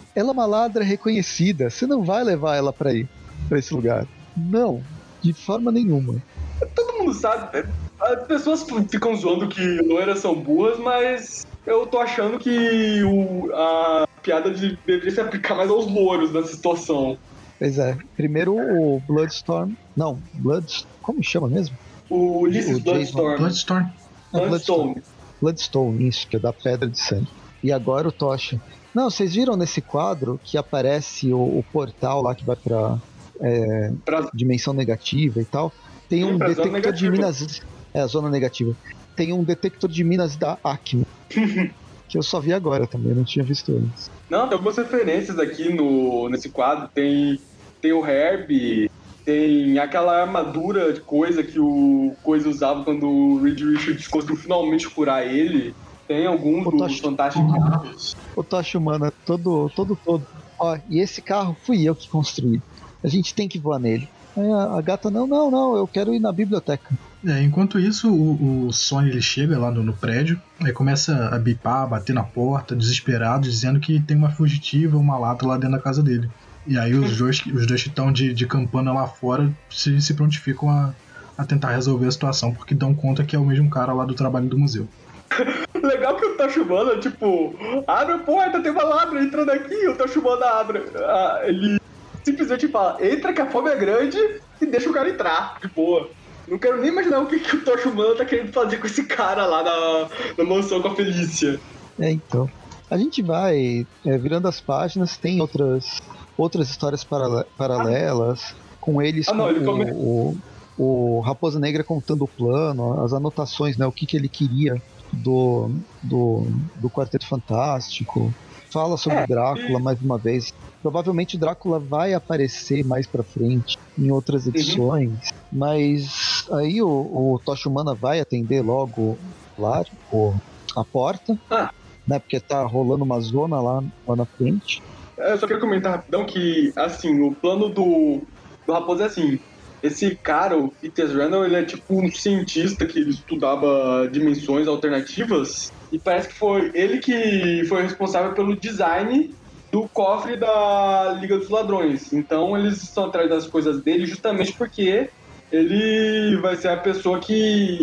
ela é uma ladra reconhecida, você não vai levar ela pra ir pra esse lugar. Não, de forma nenhuma. Todo mundo sabe, as pessoas ficam zoando que loiras são burras, mas eu tô achando que o, a piada de, deveria se aplicar mais aos louros nessa situação. Pois é, primeiro o Bloodstorm, não, Blood, como chama mesmo? O Ulysses O Bloodstorm. Bloodstorm. É, Bloodstone. Bloodstone, isso, que é da pedra de sangue. E agora o Tocha. Não, vocês viram nesse quadro que aparece o, o portal lá que vai pra, é, Pra- dimensão negativa e tal. Tem um Sim, pra zona detector de negativa. minas. É, a zona negativa. Tem um detector de minas da Acme. Que eu só vi agora também, eu não tinha visto antes. Não, tem algumas referências aqui no, nesse quadro. Tem, tem o Herb, tem aquela armadura de coisa que o Coisa usava quando o Reed Richards conseguiu finalmente curar ele. Tem alguns Ô, dos Tocha. Fantásticos Carros. O Tocha Humana, todo, todo, todo. Ó, e esse carro fui eu que construí. A gente tem que voar nele. Aí a, a gata, não, não, não, eu quero ir na biblioteca. É, enquanto isso, o, o Sony ele chega lá no, no prédio, aí começa a bipar, bater na porta, desesperado, dizendo que tem uma fugitiva, uma lata lá dentro da casa dele. E aí os dois, os dois que estão de, de campana lá fora se, se prontificam a, a tentar resolver a situação, porque dão conta que é o mesmo cara lá do trabalho do museu. Legal que o Toshimana, tipo, abre a porta, tem uma ladra entrando aqui, o Toshimana abre. Ah, ele simplesmente fala, entra que a fome é grande e deixa o cara entrar, de boa. Não quero nem imaginar o que, que o Toshimana tá querendo fazer com esse cara lá na, na mansão com a Felícia. É, então. A gente vai é, virando as páginas, tem outras, outras histórias parale- paralelas, com eles, Ah, não, com ele o, come- o, o Raposa Negra contando o plano, as anotações, né, o que, que ele queria do, do, do Quarteto Fantástico. Fala sobre É, Drácula e- mais uma vez. Provavelmente Drácula vai aparecer mais pra frente em outras edições, mas aí o, o Tocha Humana vai atender logo lá, o, a porta, Ah. né? Porque tá rolando uma zona lá, lá na frente. Eu só quero comentar rapidão que, assim, o plano do, do Raposo é assim. Esse cara, o Peter Randall, ele é tipo um cientista que ele estudava dimensões alternativas e parece que foi ele que foi responsável pelo design do cofre da Liga dos Ladrões. Então eles estão atrás das coisas dele justamente porque ele vai ser a pessoa que,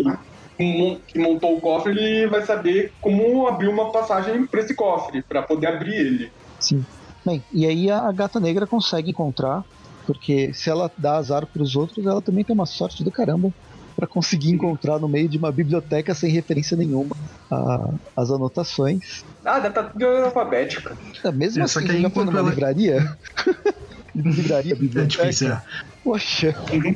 que montou o cofre, ele vai saber como abrir uma passagem para esse cofre, para poder abrir ele. Sim. Bem, e aí a, a Gata Negra consegue encontrar, porque se ela dá azar pros outros, ela também tem uma sorte do caramba pra conseguir encontrar no meio de uma biblioteca sem referência nenhuma a, as anotações. Ah, deve estar tudo em ordem alfabética. É, mesmo É, só assim, que aí já foi enquanto numa ela- livraria? livraria, É biblioteca? difícil, é. Poxa.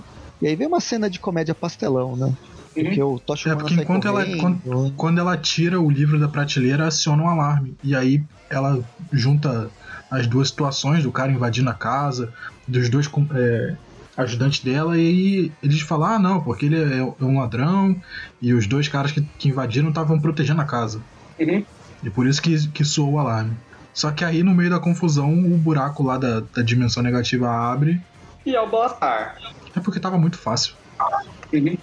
E aí vem uma cena de comédia pastelão, né? Porque o Tocha É, Humana porque sai enquanto ela, correndo. quando, quando ela tira o livro da prateleira, aciona um alarme. E aí ela junta as duas situações, do cara invadindo a casa, dos dois com- é, ajudantes dela, e aí eles falam, ah não, porque ele é, é um ladrão, e os dois caras que, que invadiram estavam protegendo a casa. Uhum. E por isso que, que soou o alarme. Só que aí, no meio da confusão, o buraco lá da, da dimensão negativa abre. E é o Blastar. É porque tava muito fácil. Uhum.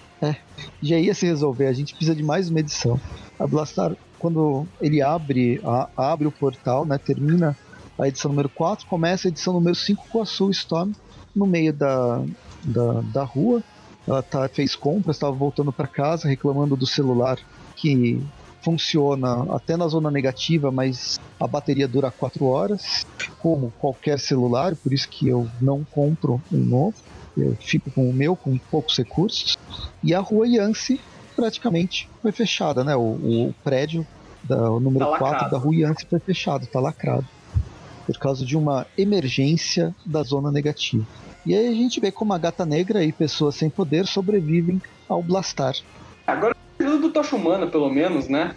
Já ia se resolver, a gente precisa de mais uma edição. A Blastar, quando ele abre, a, abre o portal, né, termina a edição número quatro, começa a edição número cinco com a Sue Storm no meio da, da, da rua. Ela tá, fez compras, estava voltando para casa, reclamando do celular que funciona até na zona negativa, mas a bateria dura quatro horas, como qualquer celular, por isso que eu não compro um novo. Eu fico com o meu, com poucos recursos. E a rua Yance praticamente foi fechada, né? O, o prédio, da, o número Tá quatro lacrado. da rua Yance foi fechado, tá lacrado. Por causa de uma emergência da zona negativa. E aí a gente vê como a Gata Negra e pessoas sem poder sobrevivem ao Blastar. Agora, precisa do Tocha Humana, pelo menos, né?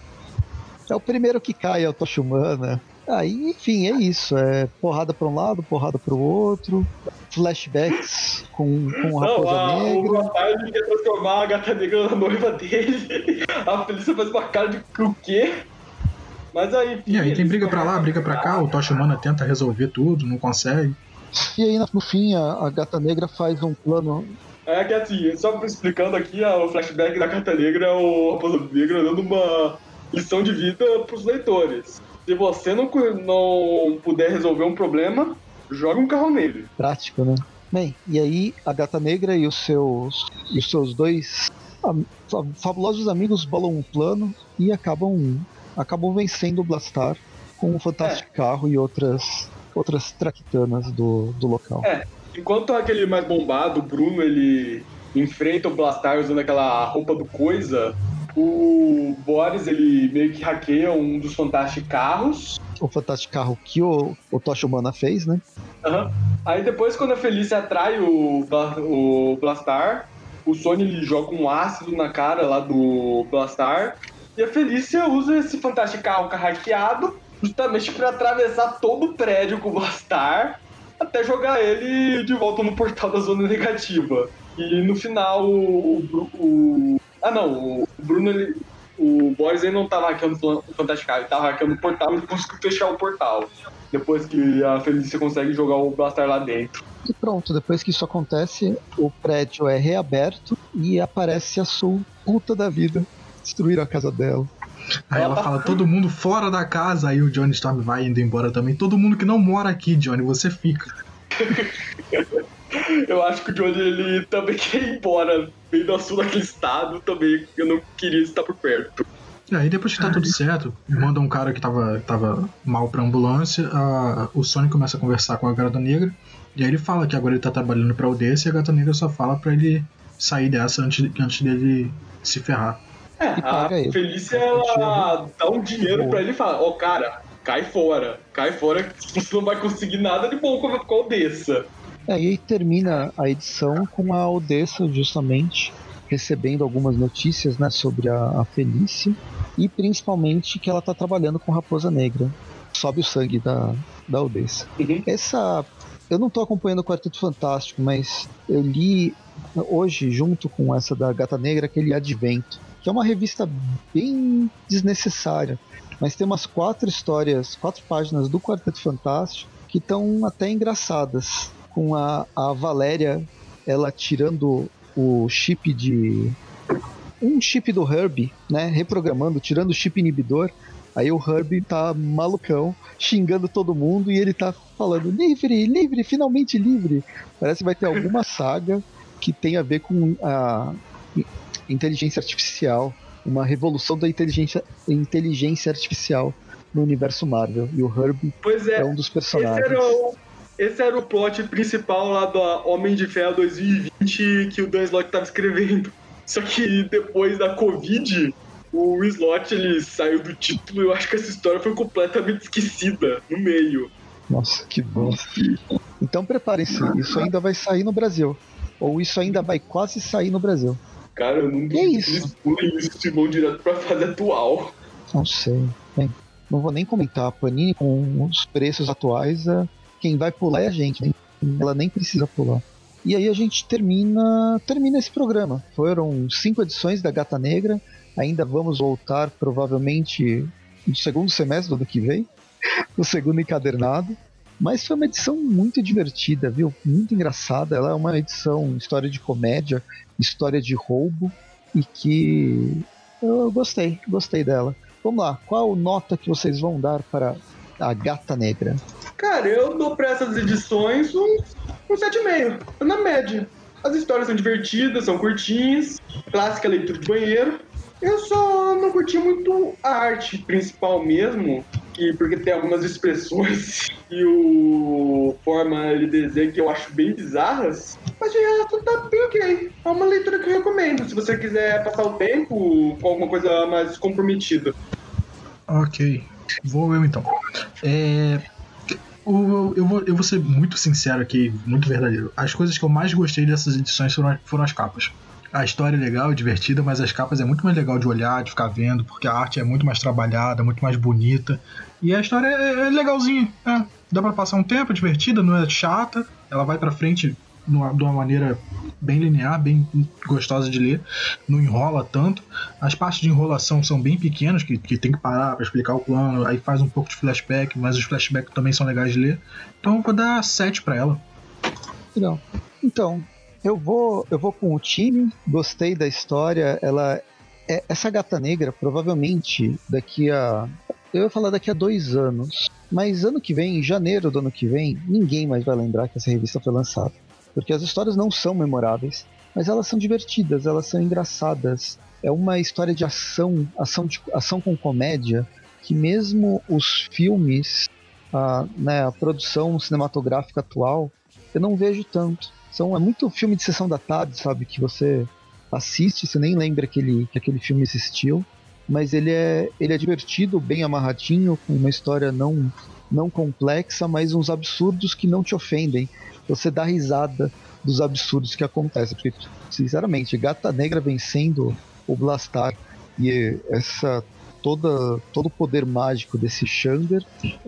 É o primeiro que cai, é o Tocha Humana. Aí, enfim, é isso. É porrada para um lado, porrada para o outro. Flashbacks com, com o Raposa Não, a, o Negra. rapaz ele quer transformar a Gata Negra na noiva dele. A Felícia faz uma cara de o quê? Mas aí, enfim, E aí tem eles briga pra lá, começam- briga pra cá, o Tocha Humana tenta resolver tudo, não consegue. E aí, no fim, a, a Gata Negra faz um plano. É que assim, só explicando aqui, ó, o flashback da Gata Negra é o Raposa Negra dando uma lição de vida pros leitores. Se você não, não puder resolver um problema, joga um carro nele. Prático, né? Bem, e aí a Gata Negra e os seus, e os seus dois am- fa- fabulosos amigos bolam um plano e acabam, acabam vencendo o Blastar com um fantástico É. carro e outras, outras traquitanas do, do local. É, enquanto aquele mais bombado, o Bruno, ele enfrenta o Blastar usando aquela roupa do Coisa, o Boris, ele meio que hackeia um dos fantásticos carros. O fantástico carro que o, o Tocha Humana fez, né? Aham. Aí depois, quando a Felícia atrai o, Bla- o Blastar, o Sony ele joga um ácido na cara lá do Blastar, e a Felícia usa esse fantástico carro hackeado justamente para atravessar todo o prédio com o Blastar até jogar ele de volta no portal da zona negativa. E no final, o... o, Bru- o- ah, não, o Bruno, ele, o Boris ele não tava hackeando o fantástico carro, ele tava hackeando o portal e conseguiu fechar o portal. Depois que a Felícia consegue jogar o Blastar lá dentro. E pronto, depois que isso acontece, o prédio é reaberto e aparece a Sul, puta da vida. Destruíram a casa dela. Aí ela fala, todo mundo fora da casa, aí o Johnny Storm vai indo embora também. Todo mundo que não mora aqui, Johnny, você fica. Eu acho que o Johnny ele também quer ir embora, meio do sul daquele estado, também eu não queria estar por perto. E aí depois que tá tudo certo, manda um cara que tava, tava mal pra ambulância, a, o Sony começa a conversar com a Gata Negra, e aí ele fala que agora ele tá trabalhando pra Odessa e a Gata Negra só fala pra ele sair dessa antes, antes dele se ferrar. É, E a paga ele. Felícia ela dá um dinheiro pra ele e fala, ó oh, cara, cai fora, cai fora que você não vai conseguir nada de bom com a com a Odessa. É, e aí termina a edição com a Odessa justamente recebendo algumas notícias, né, sobre a, a Felícia e principalmente que ela está trabalhando com Raposa Negra. Sobe o sangue da, da Odessa. Uhum. Essa... Eu não estou acompanhando o Quarteto Fantástico, mas eu li hoje, junto com essa da Gata Negra, aquele Advento, que é uma revista bem desnecessária, mas tem umas quatro histórias, quatro páginas do Quarteto Fantástico que estão até engraçadas, com a, a Valéria, ela tirando o chip de... um chip do Herbie, né, reprogramando, tirando o chip inibidor. Aí o Herbie tá malucão, xingando todo mundo, e ele tá falando, livre, livre, finalmente livre. Parece que vai ter alguma saga que tem a ver com a inteligência artificial, uma revolução da inteligência, inteligência artificial no universo Marvel. E o Herbie Pois é, é um dos esse personagens. era, o, esse era o plot principal lá do Homem de Ferro dois mil e vinte que o Dan Slott tava escrevendo. Só que depois da Covid, o Slott ele saiu do título e eu acho que essa história foi completamente esquecida no meio. Nossa, que bom. Então preparem-se, isso ainda vai sair no Brasil. Ou isso ainda vai quase sair no Brasil. Cara, eu não Que é duvido isso? que eles pulem isso se vão direto pra fase atual. Não sei. Bem, não vou nem comentar. A Panini com os preços atuais, é- quem vai pular é a gente. Né? Ela nem precisa pular. E aí a gente termina, termina esse programa. Foram cinco edições da Gata Negra. Ainda vamos voltar provavelmente no segundo semestre do ano que vem. No segundo encadernado. Mas foi uma edição muito divertida, viu? Muito engraçada. Ela é uma edição, história de comédia, história de roubo. E que eu gostei, gostei dela. Vamos lá, qual nota que vocês vão dar para a Gata Negra? Cara, eu dou pra essas edições um, um sete vírgula cinco. Na média. As histórias são divertidas, são curtinhas, clássica leitura de banheiro. Eu só não curti muito a arte principal mesmo, que, porque tem algumas expressões e o forma ele desenha que eu acho bem bizarras, mas de resto tá bem ok. É uma leitura que eu recomendo, se você quiser passar o tempo com alguma coisa mais comprometida. Ok, vou eu então. É, o- eu, vou, eu vou ser muito sincero aqui, muito verdadeiro. As coisas que eu mais gostei dessas edições foram, foram as capas. A história é legal, é divertida, mas as capas é muito mais legal de olhar, de ficar vendo, porque a arte é muito mais trabalhada, muito mais bonita. E a história é, é legalzinha, é. Dá pra passar um tempo, é divertida, não é chata. Ela vai pra frente numa, de uma maneira bem linear, bem gostosa de ler. Não enrola tanto. As partes de enrolação são bem pequenas, que, que tem que parar pra explicar o plano. Aí faz um pouco de flashback, mas os flashbacks também são legais de ler. Então eu vou dar sete pra ela. Legal. Então, eu vou, eu vou com o time, gostei da história. Ela é, essa Gata Negra, provavelmente daqui a eu ia falar daqui a dois anos. Mas ano que vem, em janeiro do ano que vem, ninguém mais vai lembrar que essa revista foi lançada. Porque as histórias não são memoráveis, mas elas são divertidas, elas são engraçadas. É uma história de ação, ação, de, ação com comédia, que mesmo os filmes, a, né, a produção cinematográfica atual, eu não vejo tanto. São, é muito filme de sessão da tarde, sabe? Que você assiste, você nem lembra que, ele, que aquele filme existiu. Mas ele é, ele é divertido, bem amarradinho, com uma história não, não complexa, mas uns absurdos que não te ofendem. Você dá risada dos absurdos que acontecem. Porque, sinceramente, Gata Negra vencendo o Blastar e essa, toda, todo o poder mágico desse Xander,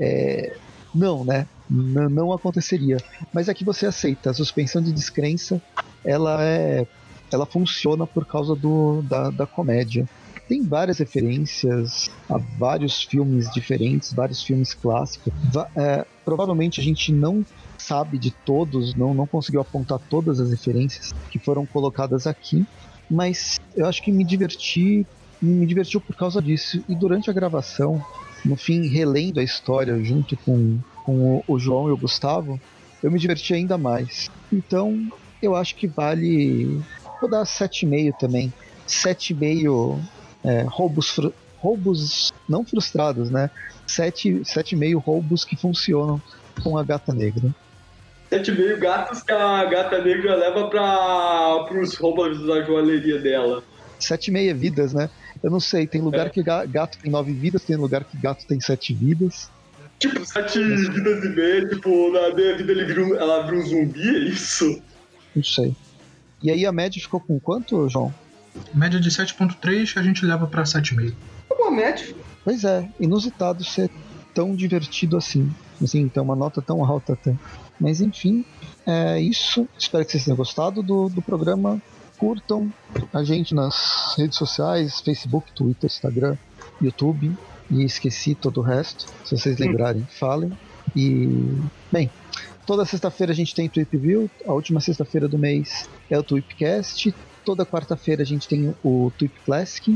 é, não, né? N- não aconteceria. Mas aqui você aceita. A suspensão de descrença, ela, é, ela funciona por causa do, da, da comédia. Tem várias referências a vários filmes diferentes, vários filmes clássicos. Va- é, provavelmente a gente não sabe de todos, não, não conseguiu apontar todas as referências que foram colocadas aqui, mas eu acho que me diverti, me divertiu por causa disso. E durante a gravação, no fim, relendo a história junto com, com o, o João e o Gustavo, eu me diverti ainda mais. Então, eu acho que vale... Vou dar sete vírgula cinco também. sete vírgula cinco é, roubos, fru- roubos não frustrados, né? sete vírgula cinco roubos que funcionam com a Gata Negra. Sete meio gatos que a Gata Negra leva para os roubos da joalheria dela. sete vírgula cinco vidas, né? Eu não sei, tem lugar É. que ga- gato tem nove vidas, tem lugar que gato tem sete vidas. Tipo, sete vidas e meia, tipo, na minha vida ele vira um, ela vira um zumbi, é isso? Não sei. E aí a média ficou com quanto, João? Média de sete ponto três que a gente leva pra sete vírgula cinco. Uma média. Pois é, inusitado ser tão divertido assim. Assim, ter uma nota tão alta até. Mas enfim, é isso. Espero que vocês tenham gostado do, do programa. Curtam a gente nas redes sociais, Facebook, Twitter, Instagram, YouTube. E esqueci todo o resto. Se vocês lembrarem, falem. E, bem, toda sexta-feira a gente tem Tweep View. A última sexta-feira do mês é o Tweepcast. Toda quarta-feira a gente tem o Tweep Classic.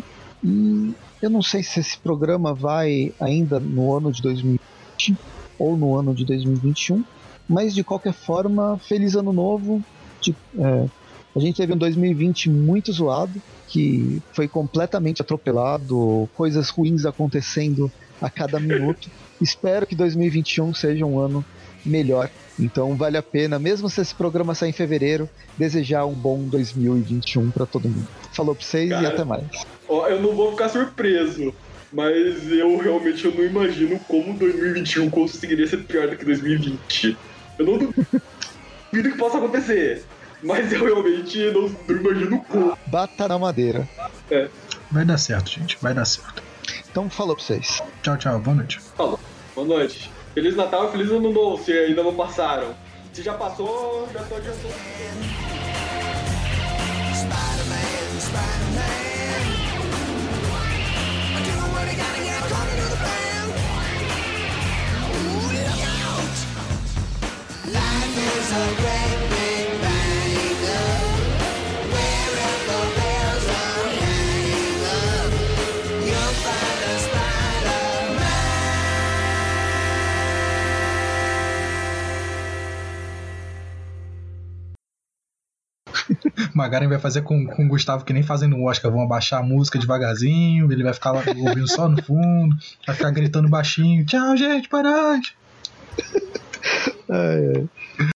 E eu não sei se esse programa vai ainda no ano de dois mil e vinte ou no ano de dois mil e vinte e um. Mas de qualquer forma, feliz ano novo. De, é, a gente teve um dois mil e vinte muito zoado, que foi completamente atropelado, coisas ruins acontecendo a cada minuto. Espero que dois mil e vinte e um seja um ano melhor. Então vale a pena, mesmo se esse programa sair em fevereiro, desejar um bom dois mil e vinte e um para todo mundo. Falou pra vocês. Cara, e até mais. Ó, eu não vou ficar surpreso, mas eu realmente eu não imagino como dois mil e vinte e um conseguiria ser pior do que dois mil e vinte. Eu não duvido que possa acontecer, mas eu realmente não, não imagino como. Bata na madeira. É. Vai dar certo, gente, vai dar certo. Então falou pra vocês. Tchau, tchau, boa noite. Falou, boa noite. Feliz Natal e Feliz Ano Novo, se ainda não passaram. Se já passou, já tô adiantando. Spider-Man, Spider-Man, do what I gotta get, according to the plan. Ooh, look out! Life is a great big bang up. Wherever bells are hang up, you'll find a Spider-Man. Magaren vai fazer com, com o Gustavo que nem fazendo o Oscar, vão abaixar a música devagarzinho, ele vai ficar lá ouvindo só no fundo, vai ficar gritando baixinho, tchau gente, boa noite. Ai, ai.